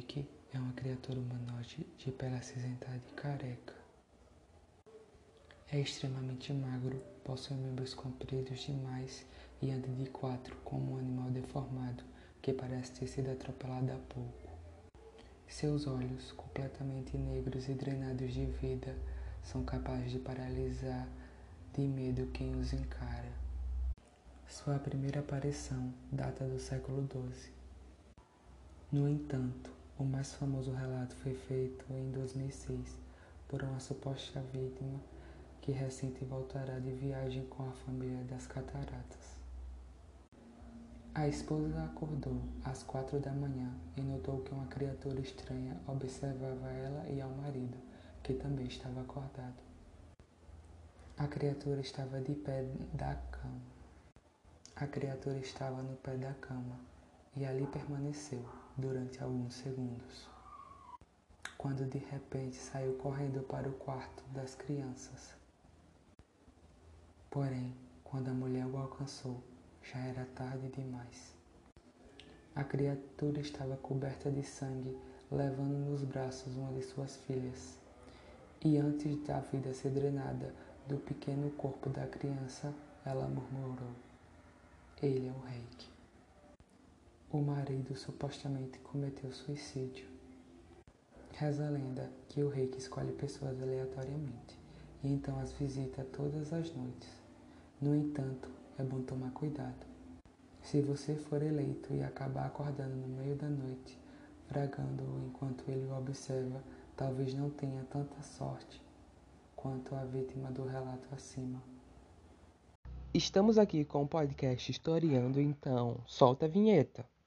Reiki é uma criatura humanoide de pele acinzentada e careca. É extremamente magro, possui membros compridos demais e anda de quatro como um animal deformado que parece ter sido atropelado há pouco. Seus olhos, completamente negros e drenados de vida, são capazes de paralisar de medo quem os encara. Sua primeira aparição data do século XII. No entanto, o mais famoso relato foi feito em 2006 por uma suposta vítima que recente voltará de viagem com a família das cataratas. A esposa acordou às 4 da manhã e notou que uma criatura estranha observava ela e ao marido, que também estava acordado. A criatura estava no pé da cama e ali permaneceu durante alguns segundos, quando de repente saiu correndo para o quarto das crianças. Porém, quando a mulher o alcançou, já era tarde demais. A criatura estava coberta de sangue, levando nos braços uma de suas filhas. E antes da vida ser drenada do pequeno corpo da criança, ela murmurou: "Ele é o Reiki." O marido supostamente cometeu suicídio. Reza a lenda que o Reiki escolhe pessoas aleatoriamente e então as visita todas as noites. No entanto, é bom tomar cuidado. Se você for eleito e acabar acordando no meio da noite, fragando-o enquanto ele o observa, talvez não tenha tanta sorte quanto a vítima do relato acima. Estamos aqui com o podcast Historiando, então solta a vinheta.